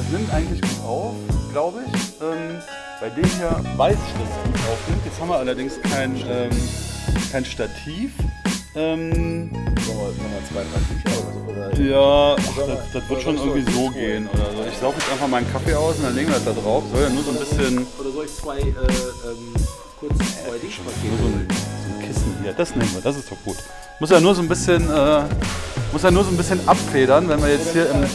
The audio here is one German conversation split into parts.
das nimmt eigentlich gut auf, glaube ich. Bei dem hier weiß ich, dass es gut aufnimmt. Jetzt haben wir allerdings kein Stativ. Sollen wir 32 oder so? Ja, das wird schon irgendwie so gehen oder so. Ich sauge jetzt einfach meinen Kaffee aus und dann legen wir das da drauf. Soll ja nur so ein bisschen... Oder soll ich zwei Dings nur so ein Kissen hier. Das nehmen wir, das ist doch gut. Muss ja nur so ein bisschen abfedern, wenn wir jetzt hier im...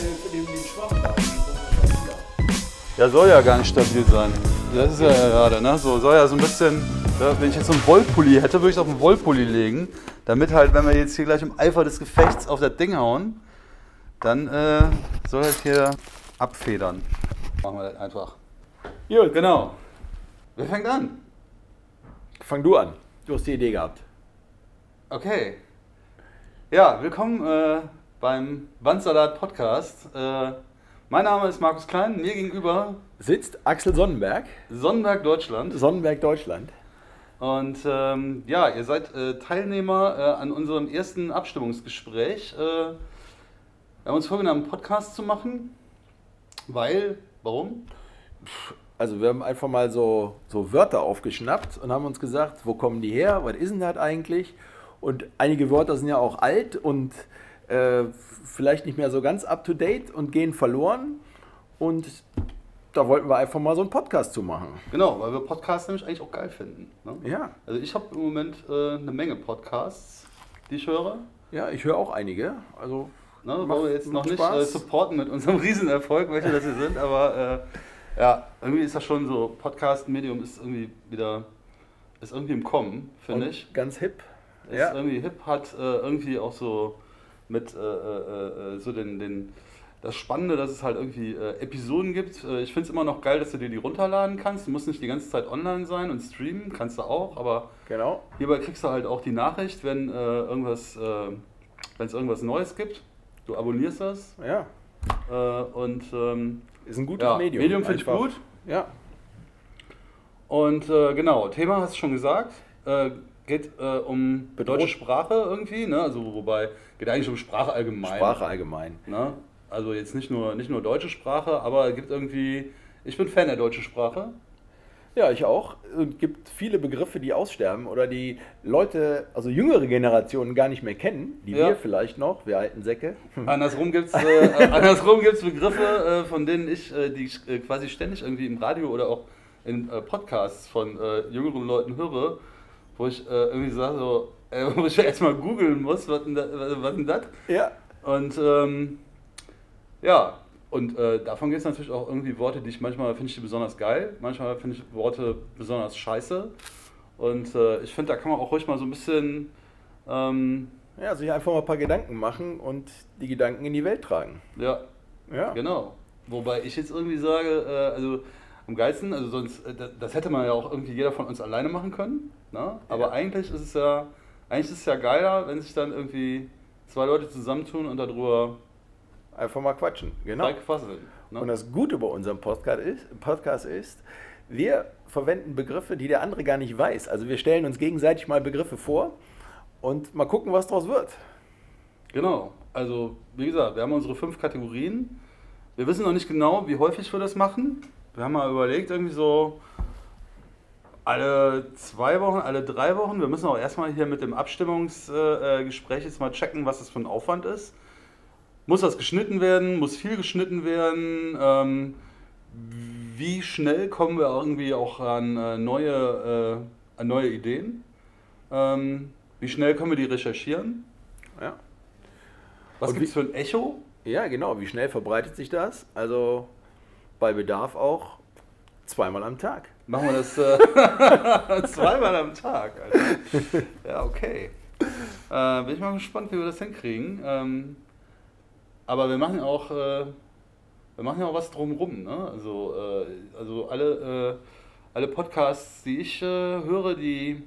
Ja, soll ja gar nicht stabil sein. Das ist ja gerade, ne? So soll ja so ein bisschen... Ja, wenn ich jetzt so einen Wollpulli hätte, würde ich es auf einen Wollpulli legen. Damit halt, wenn wir jetzt hier gleich im Eifer des Gefechts auf das Ding hauen, dann soll das hier abfedern. Machen wir das einfach. Gut. Genau. Wer fängt an? Fang du an. Du hast die Idee gehabt. Okay. Ja, willkommen beim Wandsalat Podcast. Mein Name ist Markus Klein, mir gegenüber Sitzt Axel Sonnenberg. Sonnenberg, Deutschland. Sonnenberg, Deutschland. Und ja, ihr seid Teilnehmer an unserem ersten Abstimmungsgespräch. Wir haben uns vorgenommen, einen Podcast zu machen, warum? Also wir haben einfach mal so Wörter aufgeschnappt und haben uns gesagt, wo kommen die her, was ist denn das eigentlich? Und einige Wörter sind ja auch alt und vielleicht nicht mehr so ganz up-to-date und gehen verloren. Und da wollten wir einfach mal so einen Podcast zu machen. Genau, weil wir Podcasts nämlich eigentlich auch geil finden. Ne? Ja. Also ich habe im Moment eine Menge Podcasts, die ich höre. Ja, ich höre auch einige. Also Ne, wollen wir jetzt noch nicht Spaß. supporten mit unserem Riesenerfolg, welche das hier sind, aber ja, irgendwie ist das schon so, Podcast-Medium ist irgendwie im Kommen, finde ich. Ganz hip. Ist irgendwie hip, hat irgendwie auch so mit so das Spannende, dass es halt irgendwie Episoden gibt. Ich finde es immer noch geil, dass du dir die runterladen kannst. Du musst nicht die ganze Zeit online sein und streamen, kannst du auch, aber Genau. hierbei kriegst du halt auch die Nachricht, wenn es irgendwas Neues gibt. Du abonnierst das Ja. und Ist ein gutes ja, Medium. Medium finde ich einfach. gut. Ja. Und genau, Thema hast du schon gesagt. Geht um Bedroht. deutsche Sprache irgendwie, ne? Also wobei geht eigentlich um Sprache allgemein. Sprache allgemein. Ne? Also jetzt nicht nur deutsche Sprache, aber gibt irgendwie. Ich bin Fan der deutschen Sprache. Ja, ich auch. Es gibt viele Begriffe, die aussterben oder die Leute, also jüngere Generationen gar nicht mehr kennen, die Ja. wir vielleicht noch, wir alten Säcke. Andersrum gibt's Begriffe, von denen die ich quasi ständig irgendwie im Radio oder auch in Podcasts von jüngeren Leuten höre, wo ich irgendwie sage, so, wo ich erstmal googeln muss, was denn das? Ja. Und ja, und davon gibt es natürlich auch irgendwie Worte, die manchmal finde ich die besonders geil, manchmal finde ich Worte besonders scheiße. Und ich finde, da kann man auch ruhig mal so ein bisschen Ja, sich einfach mal ein paar Gedanken machen und die Gedanken in die Welt tragen. ja, Ja. genau. Wobei ich jetzt irgendwie sage, also am geilsten, also sonst, das hätte man ja auch irgendwie jeder von uns alleine machen können. Ne? Aber Ja. eigentlich ist es ja geiler, wenn sich dann irgendwie zwei Leute zusammentun und darüber Einfach mal quatschen. Genau. quasseln. Ne? Und das Gute bei unserem Podcast ist, wir verwenden Begriffe, die der andere gar nicht weiß. Also wir stellen uns gegenseitig mal Begriffe vor und mal gucken, was daraus wird. Genau. Also, wie gesagt, wir haben unsere 5 Kategorien. Wir wissen noch nicht genau, wie häufig wir das machen. Wir haben mal überlegt, irgendwie so alle 2 Wochen, alle 3 Wochen. Wir müssen auch erstmal hier mit dem Abstimmungsgespräch jetzt mal checken, was das für ein Aufwand ist. Muss das geschnitten werden? Muss viel geschnitten werden? Wie schnell kommen wir irgendwie auch an neue Ideen? Wie schnell können wir die recherchieren? Ja. Was Und gibt es für ein Echo? Ja, genau. Wie schnell verbreitet sich das? Also bei Bedarf auch zweimal am Tag. Machen wir das 2-mal am Tag, Alter. Ja, okay. Bin ich mal gespannt, wie wir das hinkriegen. Aber wir machen ja auch was drumherum. Ne? Also alle Podcasts, die ich höre, die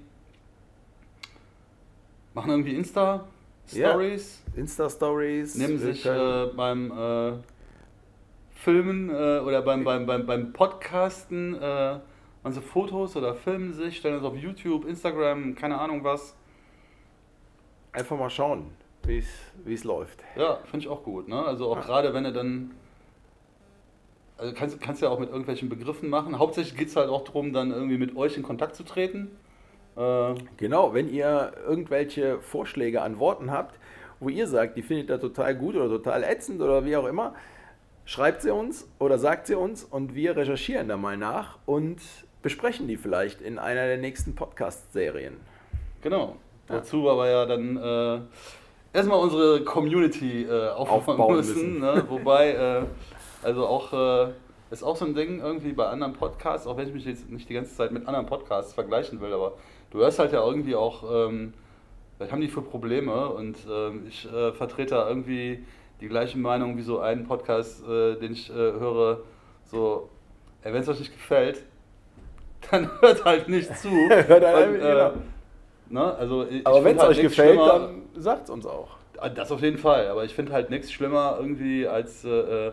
machen irgendwie Insta-Stories, Insta-Stories. nehmen sich beim Filmen oder beim Podcasten so Fotos oder filmen sich, stellen das auf YouTube, Instagram, keine Ahnung was. Einfach mal schauen, wie es läuft. Ja, finde ich auch gut. Ne? Also auch Ja. gerade, wenn du dann Also kannst ja auch mit irgendwelchen Begriffen machen. Hauptsächlich geht es halt auch darum, dann irgendwie mit euch in Kontakt zu treten. Genau, wenn ihr irgendwelche Vorschläge an Worten habt, wo ihr sagt, die findet ihr total gut oder total ätzend oder wie auch immer, schreibt sie uns oder sagt sie uns und wir recherchieren da mal nach und besprechen die vielleicht in einer der nächsten Podcast-Serien. Genau. Dazu aber ja dann erstmal unsere Community aufbauen müssen. Ne? Wobei, also auch, ist auch so ein Ding irgendwie bei anderen Podcasts, auch wenn ich mich jetzt nicht die ganze Zeit mit anderen Podcasts vergleichen will, aber du hörst halt ja irgendwie auch, was haben die für Probleme und ich vertrete da irgendwie die gleiche Meinung wie so einen Podcast, den ich höre, so, wenn es euch nicht gefällt, dann hört halt nicht zu. Hört halt genau. Ne? Also aber wenn es euch gefällt, dann sagt es uns auch. Das auf jeden Fall, aber ich finde halt nichts schlimmer irgendwie als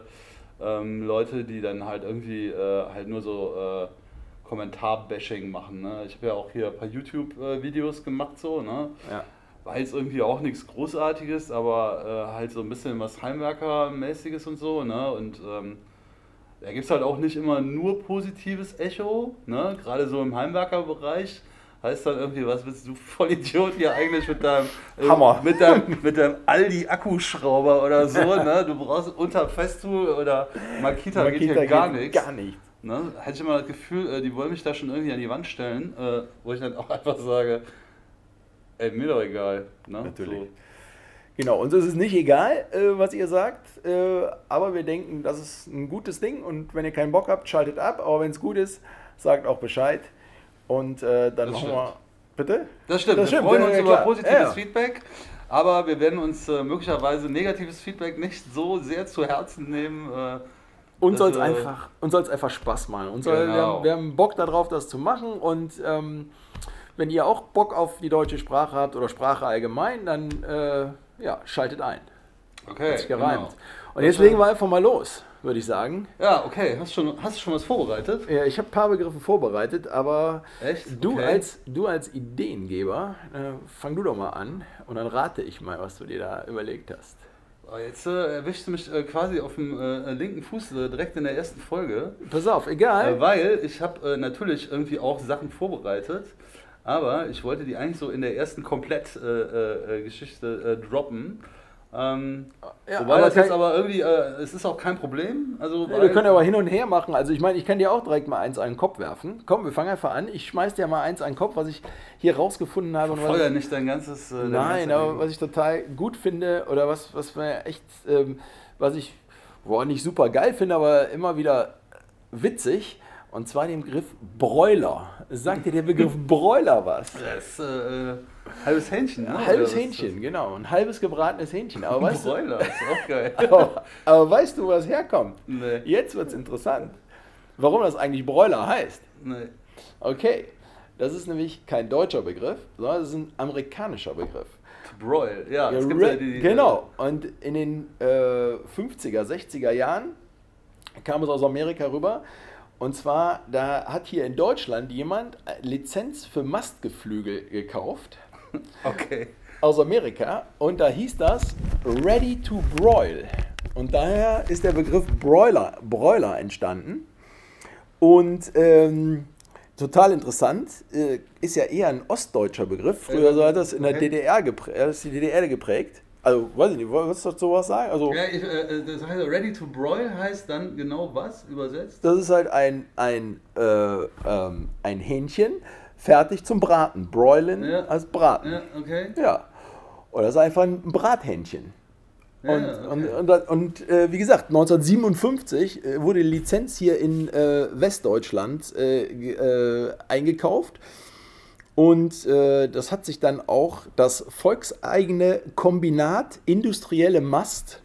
Leute, die dann halt irgendwie halt nur so Kommentar-Bashing machen. Ne? Ich habe ja auch hier ein paar YouTube-Videos gemacht, so, ne? Ja. War jetzt irgendwie auch nichts Großartiges, aber halt so ein bisschen was Heimwerker-mäßiges und so, ne? Und da gibt es halt auch nicht immer nur positives Echo, ne? Gerade so im Heimwerkerbereich. Heißt dann irgendwie, was bist du Vollidiot hier eigentlich mit deinem Hammer. Mit deinem Aldi-Akkuschrauber oder so, ne? Du brauchst unter Festool oder Makita geht hier gar nichts. Gar nichts. Ne? Hatte ich immer das Gefühl, die wollen mich da schon irgendwie an die Wand stellen, wo ich dann auch einfach sage, ey, mir doch egal. Ne? Natürlich. So. Genau, uns ist es nicht egal, was ihr sagt, aber wir denken, das ist ein gutes Ding und wenn ihr keinen Bock habt, schaltet ab, aber wenn es gut ist, sagt auch Bescheid. Und dann Das machen stimmt. wir. Bitte? Das stimmt, wir freuen uns über positives Feedback, aber wir werden uns möglicherweise negatives Feedback nicht so sehr zu Herzen nehmen. Uns soll es einfach Spaß machen. Genau. Wir haben Bock darauf, das zu machen und wenn ihr auch Bock auf die deutsche Sprache habt oder Sprache allgemein, dann schaltet ein. Okay, Hat sich gereimt. genau. Und jetzt legen wir einfach mal los, würde ich sagen. Ja, okay. Hast du schon was vorbereitet? Ja, ich habe ein paar Begriffe vorbereitet, aber Echt? du Okay. als Ideengeber, fang du doch mal an und dann rate ich mal, was du dir da überlegt hast. Jetzt erwischst du mich quasi auf dem linken Fuß direkt in der ersten Folge. Pass auf, egal. Weil ich habe natürlich irgendwie auch Sachen vorbereitet, aber ich wollte die eigentlich so in der ersten Komplett-Geschichte droppen. Wobei das jetzt aber irgendwie, es ist auch kein Problem. Also, Nee, wir können aber hin und her machen. Also ich meine, ich kann dir auch direkt mal eins an den Kopf werfen. Komm, wir fangen einfach an. Ich schmeiß dir mal eins an den Kopf, was ich hier rausgefunden habe. Feuer nicht dein ganzes... Nein, aber was ich total gut finde oder was mir echt, was ich nicht super geil finde, aber immer wieder witzig. Und zwar den Begriff Broiler. Sagt dir der Begriff Broiler was? Das ist halbes Hähnchen, ne? Ja, halbes Hähnchen, genau. Ein halbes gebratenes Hähnchen. Aber weißt du, Broiler, ist auch geil. aber weißt du, wo das herkommt? Nee. Jetzt wird es interessant. Warum das eigentlich Broiler heißt? Nee. Okay, das ist nämlich kein deutscher Begriff, sondern es ist ein amerikanischer Begriff. To broil, ja. Es gibt ja die, genau, und in den 50er, 60er Jahren kam es aus Amerika rüber. Und zwar, da hat hier in Deutschland jemand Lizenz für Mastgeflügel gekauft. Okay. Aus Amerika. Und da hieß das Ready to Broil. Und daher ist der Begriff Broiler entstanden. Und total interessant, ist ja eher ein ostdeutscher Begriff. Früher hat das in der DDR ist die DDR geprägt. Also, weiß ich nicht, wolltest du dazu was sagen? Also, Ja, das heißt, ready to broil heißt dann genau was übersetzt? das ist halt ein Hähnchen, fertig zum Braten. Broilen Ja. als Braten. Ja, okay. Ja. Oder das ist einfach ein Brathähnchen. Ja, Und wie gesagt, 1957 wurde die Lizenz hier in Westdeutschland eingekauft. Und das hat sich dann auch das volkseigene Kombinat Industrielle Mast,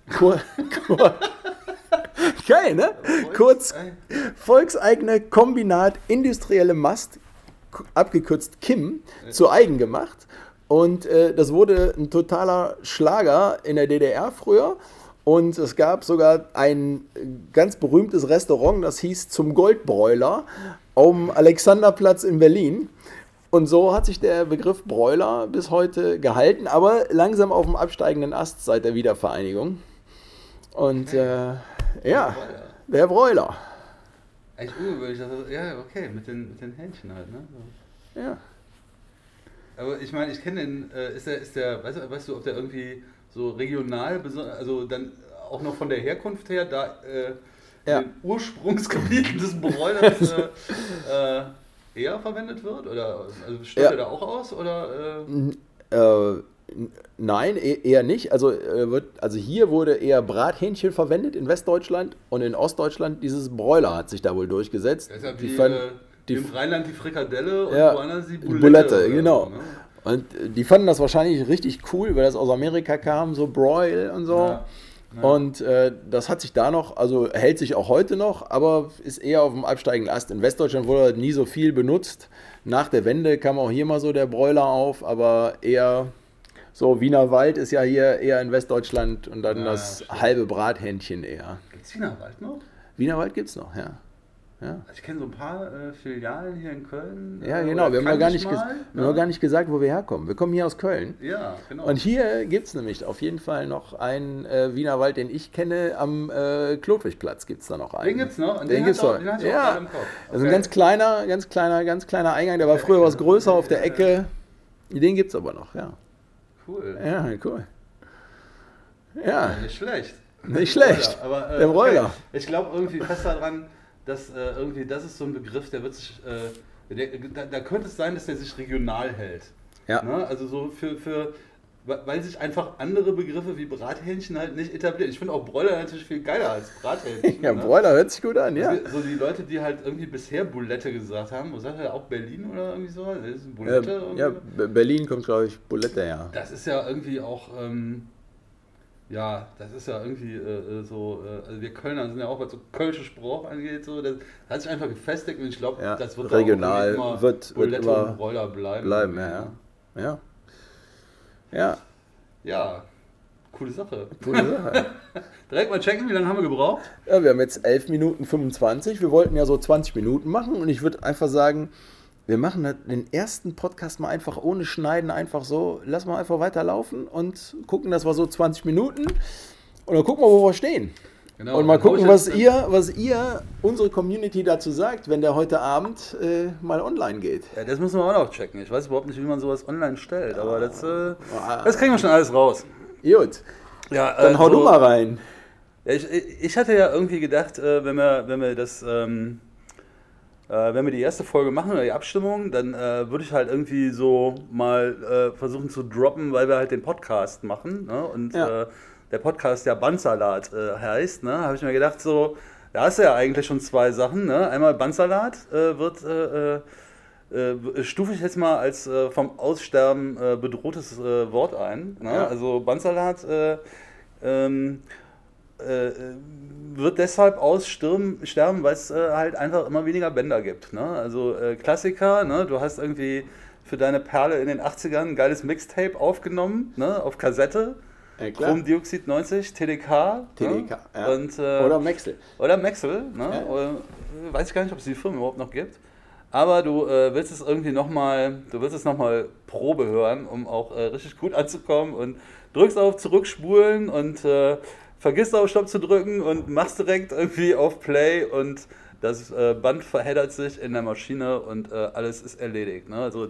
geil, ne? Kurz volkseigene Kombinat Industrielle Mast, abgekürzt KIM, zu eigen gemacht. Und das wurde ein totaler Schlager in der DDR früher. Und es gab sogar ein ganz berühmtes Restaurant, das hieß Zum Goldbräuler am Alexanderplatz in Berlin. Und so hat sich der Begriff Broiler bis heute gehalten, aber langsam auf dem absteigenden Ast seit der Wiedervereinigung. Und der Broiler. Echt ungewöhnlich. Ja, okay, mit den Hähnchen halt, ne? So. Ja. Aber ich meine, ich kenne den, ist der, weißt du, ob der irgendwie so regional, also dann auch noch von der Herkunft her, da in Ja. den Ursprungsgebieten des Broilers eher verwendet wird? Oder also stirbt er da auch aus? Oder, Äh, nein, eher nicht. Also hier wurde eher Brathähnchen verwendet in Westdeutschland und in Ostdeutschland dieses Broiler hat sich da wohl durchgesetzt. das ist ja Die wie fanden- die- im Rheinland die Frikadelle und Ja, woanders die Bulette, Bulette. oder genau. So, ne? Und die fanden das wahrscheinlich richtig cool, weil das aus Amerika kam, so Broil und so. Ja, ja. Und das hat sich da noch, also hält sich auch heute noch, aber ist eher auf dem absteigenden Ast. In Westdeutschland wurde das nie so viel benutzt. Nach der Wende kam auch hier mal so der Broiler auf, aber eher so Wienerwald ist ja hier eher in Westdeutschland und dann Ja, das stimmt. halbe Brathähnchen eher. Gibt's Wienerwald noch? Wienerwald gibt es noch, ja. Ja, Also ich kenne so ein paar Filialen hier in Köln. ja genau. Wir haben noch gar nicht, wir haben noch gar ne? nicht gesagt, wo wir herkommen. Wir kommen hier aus Köln. Ja, genau. Und hier gibt es nämlich auf jeden Fall noch einen Wienerwald, den ich kenne, am Klotwigplatz gibt es da noch einen. Den gibt's noch? Und Den gibt's noch. Den hast du auch Ja, gerade im Kopf. also ein ganz kleiner Eingang, der war früher was größer auf der Ecke. Den gibt es aber noch, ja. Cool. Ja, cool. Ja, Nicht schlecht. nicht schlecht. Aber, Der Broiler. okay. Ich glaube irgendwie fest daran, dass irgendwie, das ist so ein Begriff, der wird sich, da könnte es sein, dass der sich regional hält. Ja. Ne? Also so weil sich einfach andere Begriffe wie Brathähnchen halt nicht etablieren. Ich finde auch Broiler natürlich viel geiler als Brathähnchen. Ja, ne? Broiler hört sich gut an, ja. Also so die Leute, die halt irgendwie bisher Bulette gesagt haben, wo sagt er auch Berlin oder irgendwie so? Das ist ein Bulette Ja, irgendwie. Berlin kommt, glaube ich, Bulette, ja. Das ist ja irgendwie auch, ja, das ist ja irgendwie also wir Kölner sind ja auch, was so kölsche Spruch angeht, so, das hat sich einfach gefestigt und ich glaube, Ja, das wird regional auch immer wird Bulette immer und Broiler bleiben. Bleiben, irgendwie, ja. Ja. Ja, Ja, coole Sache. coole Sache. Direkt mal checken, wie lange haben wir gebraucht? Ja, wir haben jetzt 11 Minuten 25. Wir wollten ja so 20 Minuten machen und ich würde einfach sagen, wir machen den ersten Podcast mal einfach ohne Schneiden, einfach so, lassen wir einfach weiterlaufen und gucken, dass wir so 20 Minuten und dann gucken wir, wo wir stehen. Genau, Und mal dann hau gucken, ich was jetzt- ihr, unsere Community dazu sagt, wenn der heute Abend mal online geht. Ja, das müssen wir auch noch checken. Ich weiß überhaupt nicht, wie man sowas online stellt, aber das kriegen wir schon alles raus. Gut, Ja, dann hau du mal rein. Ja, ich hatte ja irgendwie gedacht, wenn wir die erste Folge machen oder die Abstimmung, dann würde ich halt irgendwie so mal versuchen zu droppen, weil wir halt den Podcast machen, ne? Und Ja. der Podcast ja Bandsalat heißt, ne? Habe ich mir gedacht, so, da hast du ja eigentlich schon zwei Sachen, ne? Einmal Bandsalat stufe ich jetzt mal als vom Aussterben bedrohtes Wort ein, ne? Ja. Also Bandsalat wird deshalb aussterben, weil es halt einfach immer weniger Bänder gibt. Ne? Also Klassiker, ne? Du hast irgendwie für deine Perle in den 80ern ein geiles Mixtape aufgenommen, ne? Auf Kassette, Ja, klar. Chromdioxid 90, TDK. TDK, ne? ja. Und, Oder Maxel. oder Maxel, ne? Ja. Oder, weiß ich gar nicht, ob es die Firma überhaupt noch gibt. Aber du willst es irgendwie nochmal, Probe hören, um auch richtig gut anzukommen und drückst auf Zurückspulen und vergisst auf Stopp zu drücken und machst direkt irgendwie auf Play und das Band verheddert sich in der Maschine und alles ist erledigt. Ne? Also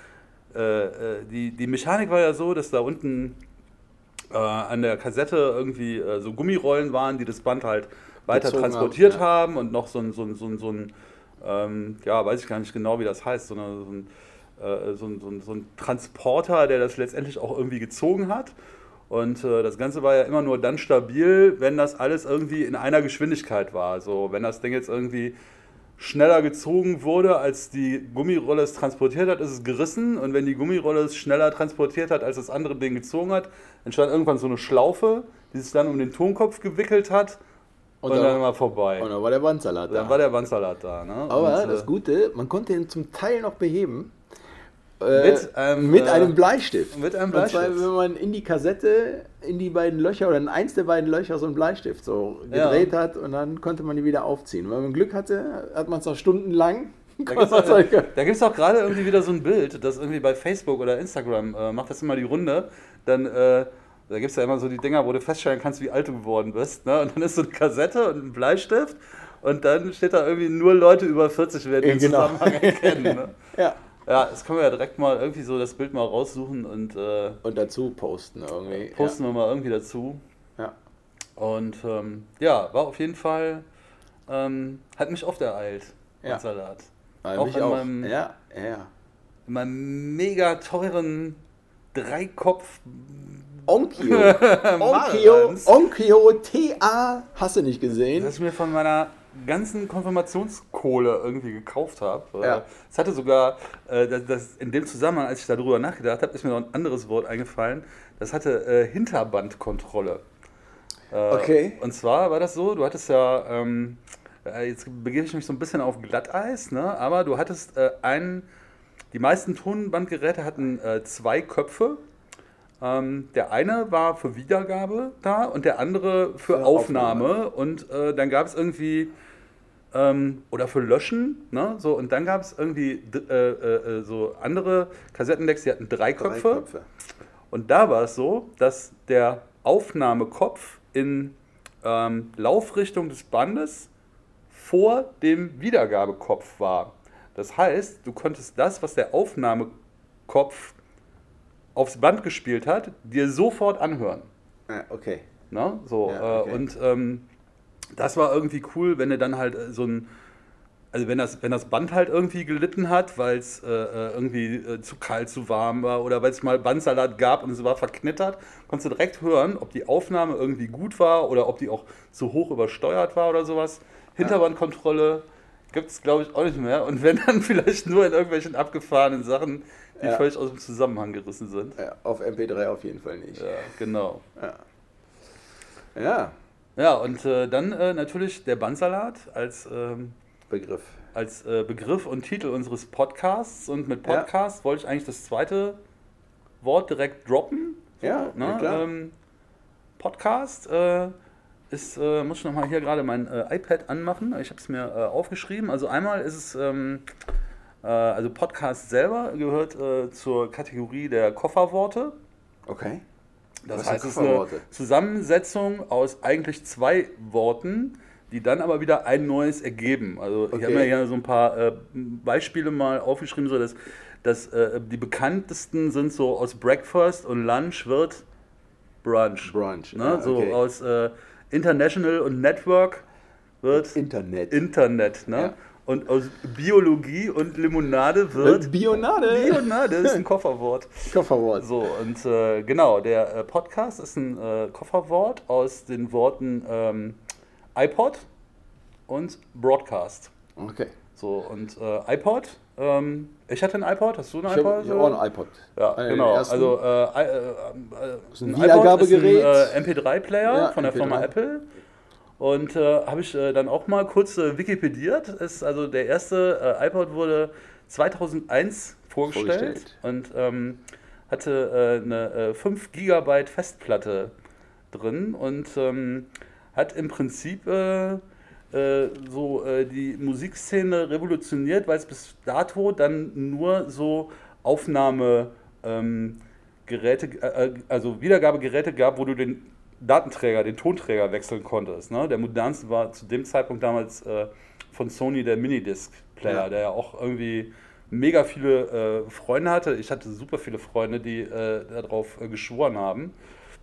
die Mechanik war ja so, dass da unten an der Kassette irgendwie so Gummirollen waren, die das Band halt weiter Gezogen transportiert haben, haben und noch so ein ja, weiß ich gar nicht genau, wie das heißt, so ein Transporter, der das letztendlich auch irgendwie gezogen hat. Und das Ganze war ja immer nur dann stabil, wenn das alles irgendwie in einer Geschwindigkeit war. Also wenn das Ding jetzt irgendwie schneller gezogen wurde, als die Gummirolle es transportiert hat, ist es gerissen. Und wenn die Gummirolle es schneller transportiert hat, als das andere Ding gezogen hat, entstand irgendwann so eine Schlaufe, die sich dann um den Tonkopf gewickelt hat. Und dann war vorbei. Und dann war der Bandsalat da. Dann war der Bandsalat da. Ne? Aber Und, das Gute, man konnte ihn zum Teil noch beheben. Mit einem Bleistift. mit einem Und zwar, Bleistift. wenn man in die Kassette, in die beiden Löcher oder in eins der beiden Löcher so einen Bleistift so gedreht hat und dann konnte man die wieder aufziehen. Und wenn man Glück hatte, hat man es auch stundenlang. Da gibt es auch gerade irgendwie wieder so ein Bild, das irgendwie bei Facebook oder Instagram macht das immer die Runde. Dann da gibt es ja immer so die Dinger, wo du feststellen kannst, wie alt du geworden bist. Ne? Und dann ist so eine Kassette und ein Bleistift Und dann steht da irgendwie nur Leute über 40 werden den Genau. Zusammenhang erkennen. Ne? Ja. Ja, das können wir ja direkt mal irgendwie so das Bild mal raussuchen und Und dazu posten irgendwie. posten wir mal irgendwie dazu. Ja. Und ja, war auf jeden Fall, hat mich oft ereilt, Ja. der Salat. Ja. Auch Mich in auch. meinem- Ja. In meinem mega teuren Dreikopf Onkyo. Marans. Onkyo TA. Hast du nicht gesehen? das ich mir von meiner ganzen Konfirmationskohle irgendwie gekauft habe. Ja. Es hatte sogar, in dem Zusammenhang, als ich darüber nachgedacht habe, ist mir noch ein anderes Wort eingefallen. Das hatte Hinterbandkontrolle. Okay. Und zwar war das so, du hattest ja, jetzt begebe ich mich so ein bisschen auf Glatteis, ne? Aber du hattest die meisten Tonbandgeräte hatten 2 Köpfe. Der eine war für Wiedergabe da und der andere für Aufnahme. Und dann gab es irgendwie, oder für Löschen, ne? So, und dann gab es irgendwie so andere Kassettendecks, die hatten 3 Köpfe. Und da war es so, dass der Aufnahmekopf in Laufrichtung des Bandes vor dem Wiedergabekopf war. Das heißt, du konntest das, was der Aufnahmekopf aufs Band gespielt hat, dir sofort anhören. Okay. Ne? So, Ja, okay. und das war irgendwie cool, wenn du dann halt also wenn das Band halt irgendwie gelitten hat, weil es irgendwie zu kalt, zu warm war oder weil es mal Bandsalat gab und es war verknittert, konntest du direkt hören, ob die Aufnahme irgendwie gut war oder ob die auch zu hoch übersteuert war oder sowas. Hinterbandkontrolle gibt es, glaube ich, auch nicht mehr. Und wenn dann vielleicht nur in irgendwelchen abgefahrenen Sachen, die völlig aus dem Zusammenhang gerissen sind. Ja, auf MP3 auf jeden Fall nicht. Ja, genau. Ja. Ja, und dann natürlich der Bandsalat als Begriff und Titel unseres Podcasts. Und mit Podcast wollte ich eigentlich das zweite Wort direkt droppen. So, Ja, ne? ja, klar. Podcast muss ich nochmal hier gerade mein iPad anmachen. Ich habe es mir aufgeschrieben. Also einmal ist es, also Podcast selber gehört zur Kategorie der Kofferworte. Okay. Das Was heißt, sind es ist eine Kofferworte? Zusammensetzung aus eigentlich 2 Worten, die dann aber wieder ein neues ergeben. Also ich habe mir hier so ein paar Beispiele mal aufgeschrieben, so dass die bekanntesten sind so aus Breakfast und Lunch wird Brunch. Brunch. Ne? Ja, So okay. aus International und Network wird Internet. Ne? Ja. Und aus Biologie und Limonade wird Bionade. Bionade ist ein Kofferwort. Kofferwort. So, und genau, der Podcast ist ein Kofferwort aus den Worten iPod und Broadcast. Okay. So, und iPod, ich hatte ein iPod, hast du ein Ich iPod? habe auch ein iPod. Ja, Einen genau. ersten. Also ist ein iPod Wiedergabegerät. ist ein MP3-Player Ja, von der MP3. Firma Apple. Und habe ich dann auch mal kurz wikipediert. Ist also der erste iPod wurde 2001 vorgestellt. Und hatte eine 5 GB Festplatte drin und hat im Prinzip die Musikszene revolutioniert, weil es bis dato dann nur so Aufnahmegeräte, also Wiedergabegeräte gab, wo du den Datenträger, den Tonträger wechseln konntest. Ne? Der modernste war zu dem Zeitpunkt damals von Sony der Minidisc-Player, der ja auch irgendwie mega viele Freunde hatte. Ich hatte super viele Freunde, die darauf geschworen haben.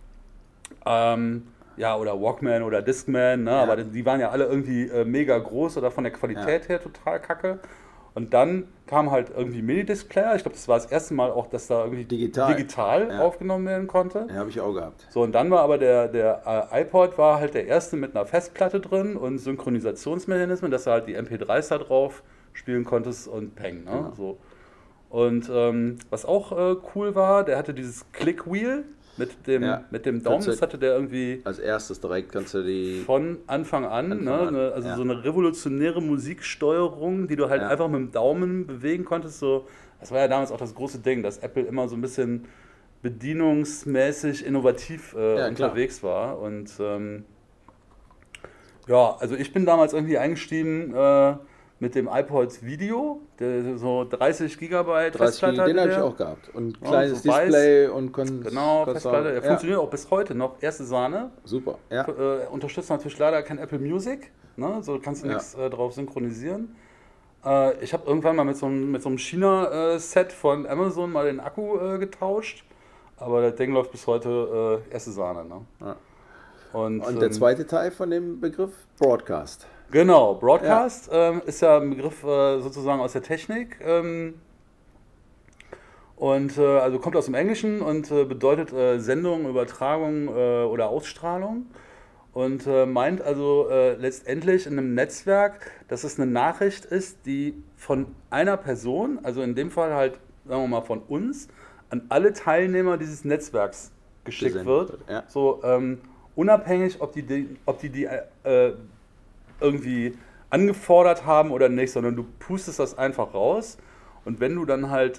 Oder Walkman oder Discman, ne? Aber die waren ja alle irgendwie mega groß oder von der Qualität her total kacke. Und dann kam halt irgendwie Minidisc-Player. Ich glaube, das war das erste Mal auch, dass da irgendwie digital aufgenommen werden konnte. Ja, habe ich auch gehabt. So, und dann war aber der iPod war halt der erste mit einer Festplatte drin und Synchronisationsmechanismen, dass du halt die MP3s da drauf spielen konntest und peng. Ne? Genau. So. Und was auch cool war, der hatte dieses Click-Wheel mit dem Daumen, das hatte der irgendwie als erstes direkt kannst du die von Anfang an. So eine revolutionäre Musiksteuerung, die du halt einfach mit dem Daumen bewegen konntest. So, das war ja damals auch das große Ding, dass Apple immer so ein bisschen bedienungsmäßig innovativ unterwegs war. Und also ich bin damals irgendwie eingestiegen mit dem iPod Video, der so 30 Gigabyte 30 Festplatte den habe ich der. auch gehabt. Und Ja, kleines so weiß. Display und Genau, Festplatte. Der funktioniert auch bis heute noch. Erste Sahne. Super, ja. Unterstützt natürlich leider kein Apple Music. Ne? So kannst du Ja. nichts drauf synchronisieren. Ich habe irgendwann mal mit so einem China-Set von Amazon mal den Akku getauscht. Aber das Ding läuft bis heute erste Sahne. Ne? Ja. Und der zweite Teil von dem Begriff, Broadcast. Genau, Broadcast ist ja ein Begriff sozusagen aus der Technik. Also kommt aus dem Englischen und bedeutet Sendung, Übertragung oder Ausstrahlung. Und meint also letztendlich in einem Netzwerk, dass es eine Nachricht ist, die von einer Person, also in dem Fall halt, sagen wir mal von uns, an alle Teilnehmer dieses Netzwerks geschickt Gesendet wird. ja. So unabhängig, ob die irgendwie angefordert haben oder nicht, sondern du pustest das einfach raus. Und wenn du dann halt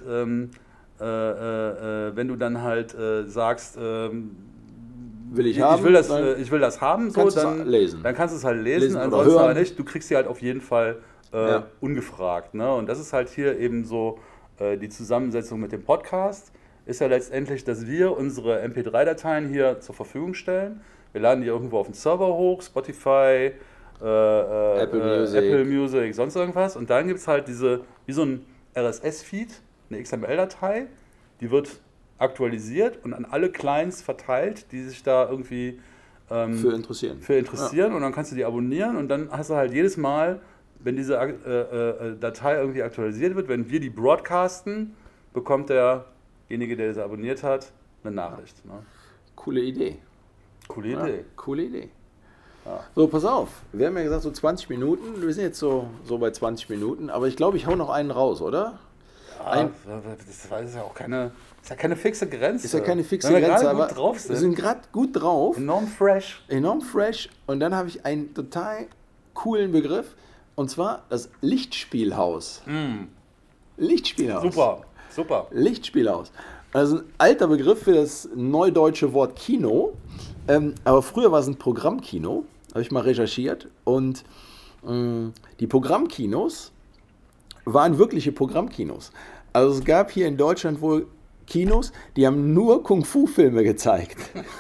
sagst, Will ich haben, ich will das haben, so, kannst dann kannst du es halt lesen, oder ansonsten hören. aber nicht. Du kriegst sie halt auf jeden Fall ungefragt. Ne? Und das ist halt hier eben so die Zusammensetzung mit dem Podcast. Ist ja letztendlich, dass wir unsere MP3-Dateien hier zur Verfügung stellen. Wir laden die irgendwo auf den Server hoch, Spotify, Apple Music, sonst irgendwas. Und dann gibt es halt wie so ein RSS-Feed, eine XML-Datei, die wird aktualisiert und an alle Clients verteilt, die sich da irgendwie für interessieren. Ja. Und dann kannst du die abonnieren und dann hast du halt jedes Mal, wenn diese Datei irgendwie aktualisiert wird, wenn wir die broadcasten, bekommt derjenige, der sie abonniert hat, eine Nachricht. Ne? Coole Idee. Coole Idee. Coole Idee. Ja. So, pass auf. Wir haben ja gesagt, so 20 Minuten. Wir sind jetzt so bei 20 Minuten. Aber ich glaube, ich hau noch einen raus, oder? Das ist ja auch keine fixe Grenze. Ist ja keine fixe Grenze, aber gut drauf sind. Wir sind gerade gut drauf. Enorm fresh. Enorm fresh. Und dann habe ich einen total coolen und zwar das Lichtspielhaus. Lichtspielhaus. Super. Lichtspielhaus. Also ein alter Begriff für das neudeutsche Wort Kino. Aber früher war es ein Programmkino. Habe ich mal recherchiert. Und die Programmkinos waren wirkliche Programmkinos. Also es gab hier in Deutschland wohl Kinos, die haben nur Kung-Fu-Filme gezeigt.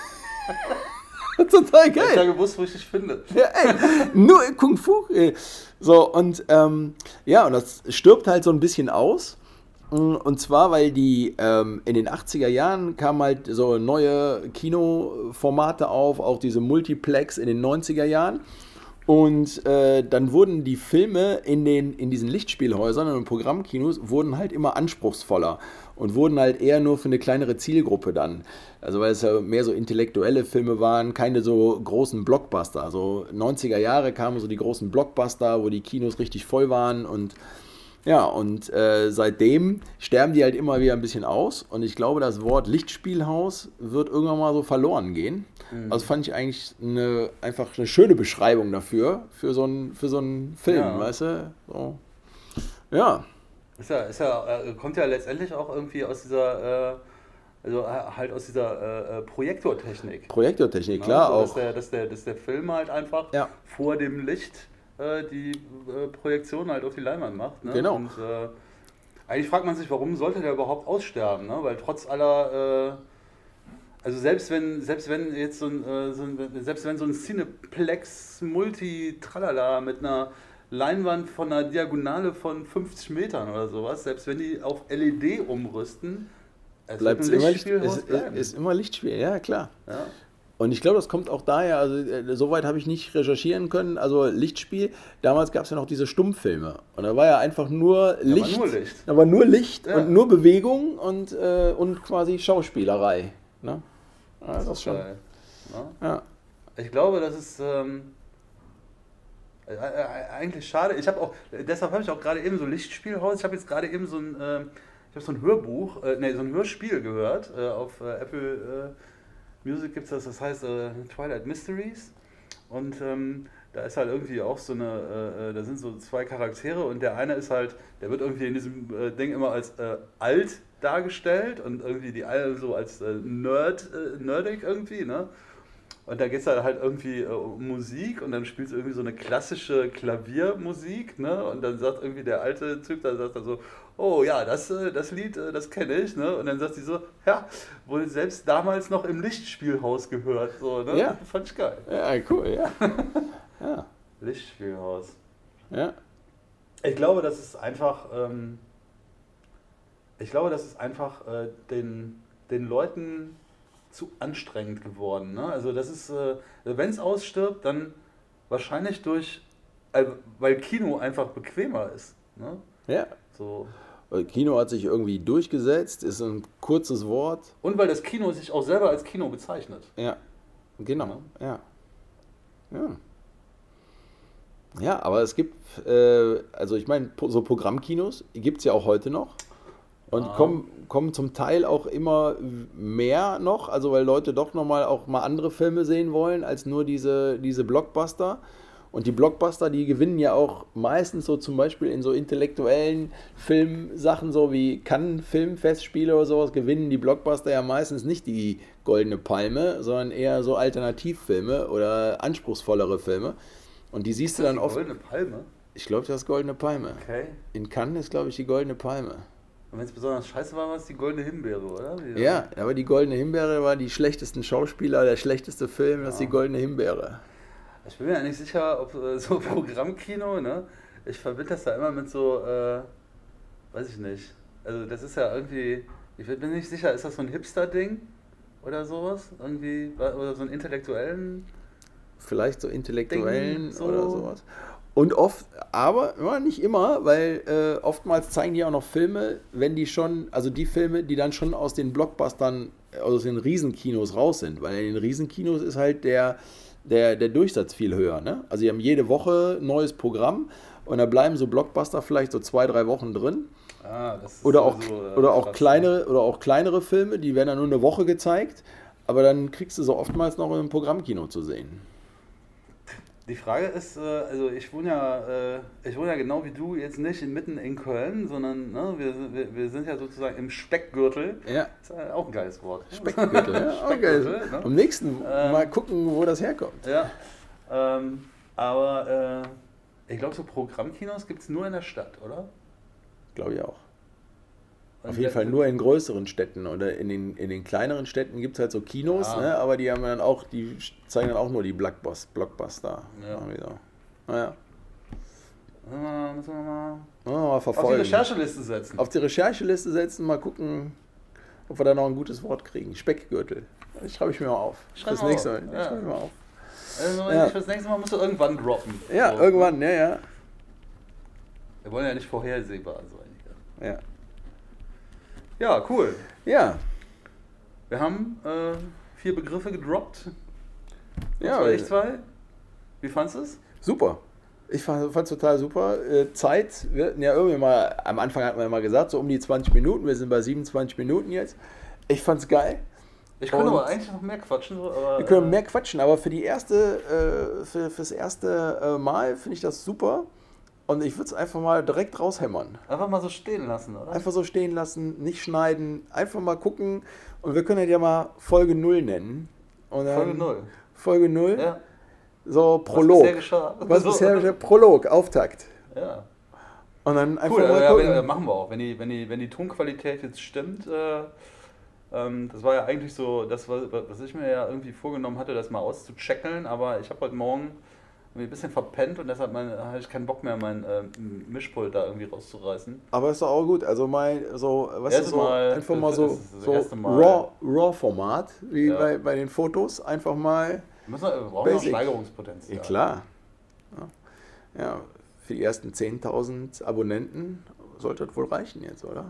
Total geil. Ich habe gewusst, wo ich dich finde. Ja, ey, nur Kung-Fu. So, und und das stirbt halt so ein bisschen aus. Und zwar, weil die in den 80er Jahren kamen halt so neue Kinoformate auf, auch diese Multiplex in den 90er Jahren. Und dann wurden die Filme in diesen Lichtspielhäusern und Programmkinos wurden halt immer anspruchsvoller und wurden halt eher nur für eine kleinere Zielgruppe dann. Also weil es ja mehr so intellektuelle Filme waren, keine so großen Blockbuster. Also 90er Jahre kamen so die großen Blockbuster, wo die Kinos richtig voll waren und seitdem sterben die halt immer wieder ein bisschen aus und ich glaube, das Wort Lichtspielhaus wird irgendwann mal so verloren gehen. Also fand ich eigentlich einfach eine schöne Beschreibung dafür, für so einen Film, weißt du? So. Ja. Kommt ja letztendlich auch irgendwie aus dieser Projektortechnik. Projektortechnik, klar. Also, dass der Film halt einfach vor dem Licht die Projektion halt auf die Leinwand macht. Ne? Genau. Und eigentlich fragt man sich, warum sollte der überhaupt aussterben? Ne? Weil trotz aller, selbst wenn so ein Cineplex Multi-Tralala mit einer Leinwand von einer Diagonale von 50 Metern oder sowas, selbst wenn die auf LED umrüsten, bleibt es immer ist immer Lichtspiel, ja klar. Ja. Und ich glaube, das kommt auch daher, also soweit habe ich nicht recherchieren können, also Lichtspiel, damals gab es ja noch diese Stummfilme und da war ja einfach nur Licht. Da war nur Licht und nur Bewegung und quasi Schauspielerei. Ne? Ja, das ist schon. Geil. Ja. Ich glaube, das ist eigentlich schade. Deshalb habe ich auch gerade eben so Lichtspielhaus, ich habe jetzt gerade eben so ein Hörspiel gehört auf Apple Music gibt es das heißt Twilight Mysteries und da ist halt irgendwie auch so da sind so zwei Charaktere und der eine ist halt, der wird irgendwie in diesem Ding immer als alt dargestellt und irgendwie die alle so als nerdig irgendwie, ne? Und da geht es halt irgendwie um Musik und dann spielst du irgendwie so eine klassische Klaviermusik, ne? Und dann sagt irgendwie der alte Typ, da sagt er so, oh ja, das Lied, das kenne ich, ne? Und dann sagt sie so, ja, wurde selbst damals noch im Lichtspielhaus gehört, so, ne? Ja. Fand ich geil. Ja, cool, ja. Ja. Lichtspielhaus. Ja. Ich glaube, das ist einfach, den Leuten zu anstrengend geworden. Ne? Also das ist, wenn es ausstirbt, dann wahrscheinlich weil Kino einfach bequemer ist. Ne? Ja. So. Weil Kino hat sich irgendwie durchgesetzt, ist ein kurzes Wort. Und weil das Kino sich auch selber als Kino bezeichnet. Ja, genau. Ja. Ja. Ja, aber es gibt, also ich meine, so Programmkinos gibt es ja auch heute noch. Und kommen zum Teil auch immer mehr noch, also weil Leute doch nochmal auch mal andere Filme sehen wollen, als nur diese Blockbuster. Und die Blockbuster, die gewinnen ja auch meistens so zum Beispiel in so intellektuellen Filmsachen, so wie Cannes Filmfestspiele oder sowas, gewinnen die Blockbuster ja meistens nicht die Goldene Palme, sondern eher so Alternativfilme oder anspruchsvollere Filme. Und die siehst du dann oft. Goldene Palme? Ich glaube, das ist Goldene Palme. Okay. In Cannes ist, glaube ich, die Goldene Palme. Und wenn es besonders scheiße war, war es die Goldene Himbeere, oder? Ja, aber die Goldene Himbeere war die schlechtesten Schauspieler, der schlechteste Film, das ist die Goldene Himbeere. Ich bin mir ja nicht sicher, ob so Programmkino, ne? Ich verbinde das da immer mit so, weiß ich nicht. Also das ist ja irgendwie, ich bin nicht sicher, ist das so ein Hipster-Ding oder sowas? Irgendwie, oder so ein intellektuellen? Vielleicht so intellektuellen Ding, so. Oder sowas. Und oft, aber nicht immer, weil oftmals zeigen die auch noch Filme, wenn die schon, also die Filme, die dann schon aus den Blockbustern, aus den Riesenkinos raus sind, weil in den Riesenkinos ist halt der Durchsatz viel höher. Ne? Also die haben jede Woche ein neues Programm und da bleiben so Blockbuster vielleicht so 2-3 Wochen drin. Das ist oder auch, so, oder auch kleinere Filme, die werden dann nur eine Woche gezeigt, aber dann kriegst du so oftmals noch im Programmkino zu sehen. Die Frage ist, also ich wohne ja genau wie du jetzt nicht mitten in Köln, sondern ne, wir sind ja sozusagen im Speckgürtel. Ja. Das ist auch ein geiles Wort. Speckgürtel, ja, auch geil. Ne? Am nächsten mal gucken, wo das herkommt. Ja, aber ich glaube, so Programmkinos gibt es nur in der Stadt, oder? Glaube ich auch. Auf jeden Fall nur in größeren Städten oder in den kleineren Städten gibt es halt so Kinos, ne, aber die haben dann auch, die zeigen dann auch nur die Blockbuster. Ja. Naja. Müssen wir mal verfolgen. auf die Rechercheliste setzen. Auf die Rechercheliste setzen, mal gucken, ob wir da noch ein gutes Wort kriegen. Speckgürtel. Das schreibe ich mir mal auf. Fürs nächste Mal. Schreibe ich mir auf. Also fürs nächste Mal musst du irgendwann droppen. Ja, so. Irgendwann, ja. Wir wollen ja nicht vorhersehbar sein. Ja. Ja, cool. Ja. Wir haben 4 Begriffe gedroppt. Ja. Ich 2. Wie fandest du es? Super. Ich fand es total super. Zeit, wir hatten ja irgendwie mal, am Anfang hatten wir mal gesagt, so um die 20 Minuten. Wir sind bei 27 Minuten jetzt. Ich fand's geil. Ich könnte aber eigentlich noch mehr quatschen. Wir können mehr quatschen, aber für fürs erste Mal finde ich das super. Und ich würde es einfach mal direkt raushämmern. Einfach mal so stehen lassen, oder? Einfach so stehen lassen, nicht schneiden, einfach mal gucken. Und wir können ja mal Folge 0 nennen. Und dann Folge 0. Folge 0? Ja. So, Prolog. Was bisher geschah? Prolog, Auftakt. Ja. Und dann einfach cool, mal gucken. machen wir auch. Wenn die Tonqualität jetzt stimmt, das war ja eigentlich so, das, was ich mir ja irgendwie vorgenommen hatte, das mal auszucheckeln. Aber ich habe heute Morgen ein bisschen verpennt und deshalb habe ich keinen Bock mehr, mein Mischpult da irgendwie rauszureißen. Aber ist doch auch gut. Also mal so, was ist so, einfach mal so Raw-Format, wie bei den Fotos. Einfach mal. Wir brauchen noch Steigerungspotenzial. Ja, klar. Ja, für die ersten 10.000 Abonnenten sollte das wohl reichen jetzt, oder?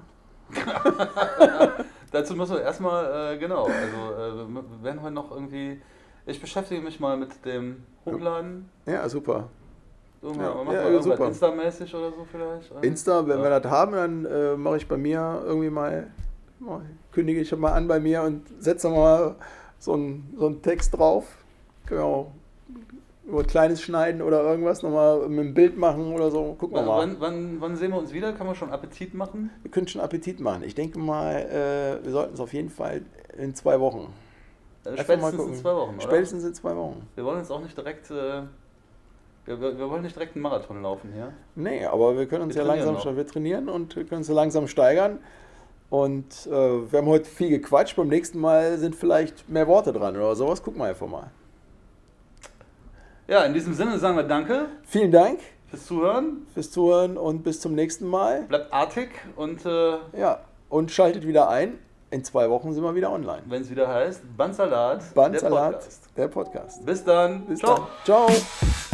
Dazu müssen wir erstmal, genau, also wir werden heute noch irgendwie. Ich beschäftige mich mal mit dem Hochladen. Ja, super. Super. Insta-mäßig oder so vielleicht? Insta, wenn wir das haben, dann mache ich bei mir irgendwie kündige ich mal an bei mir und setze mal so einen Text drauf. Können wir auch über Kleines schneiden oder irgendwas nochmal mit einem Bild machen oder so. Gucken wir mal. Wann sehen wir uns wieder? Kann man schon Appetit machen? Wir können schon Appetit machen. Ich denke mal, wir sollten es auf jeden Fall in 2 Wochen. Spätestens in 2 Wochen, oder? Spätestens in 2 Wochen. Wir wollen jetzt auch nicht direkt... Wir wollen nicht direkt einen Marathon laufen hier. Nee, aber wir können uns Wir ja langsam trainieren noch. wir trainieren und wir können uns ja langsam steigern. Und wir haben heute viel gequatscht. Beim nächsten Mal sind vielleicht mehr Worte dran oder sowas. Gucken wir einfach mal. Ja, in diesem Sinne sagen wir Danke Vielen Dank fürs Zuhören. fürs Zuhören und bis zum nächsten Mal. Bleibt artig und Ja, und schaltet wieder ein. In 2 Wochen sind wir wieder online. wenn es wieder heißt, Bandsalat, der Bandsalat, Podcast. der Podcast. Bis dann. Bis Ciao. dann. Ciao.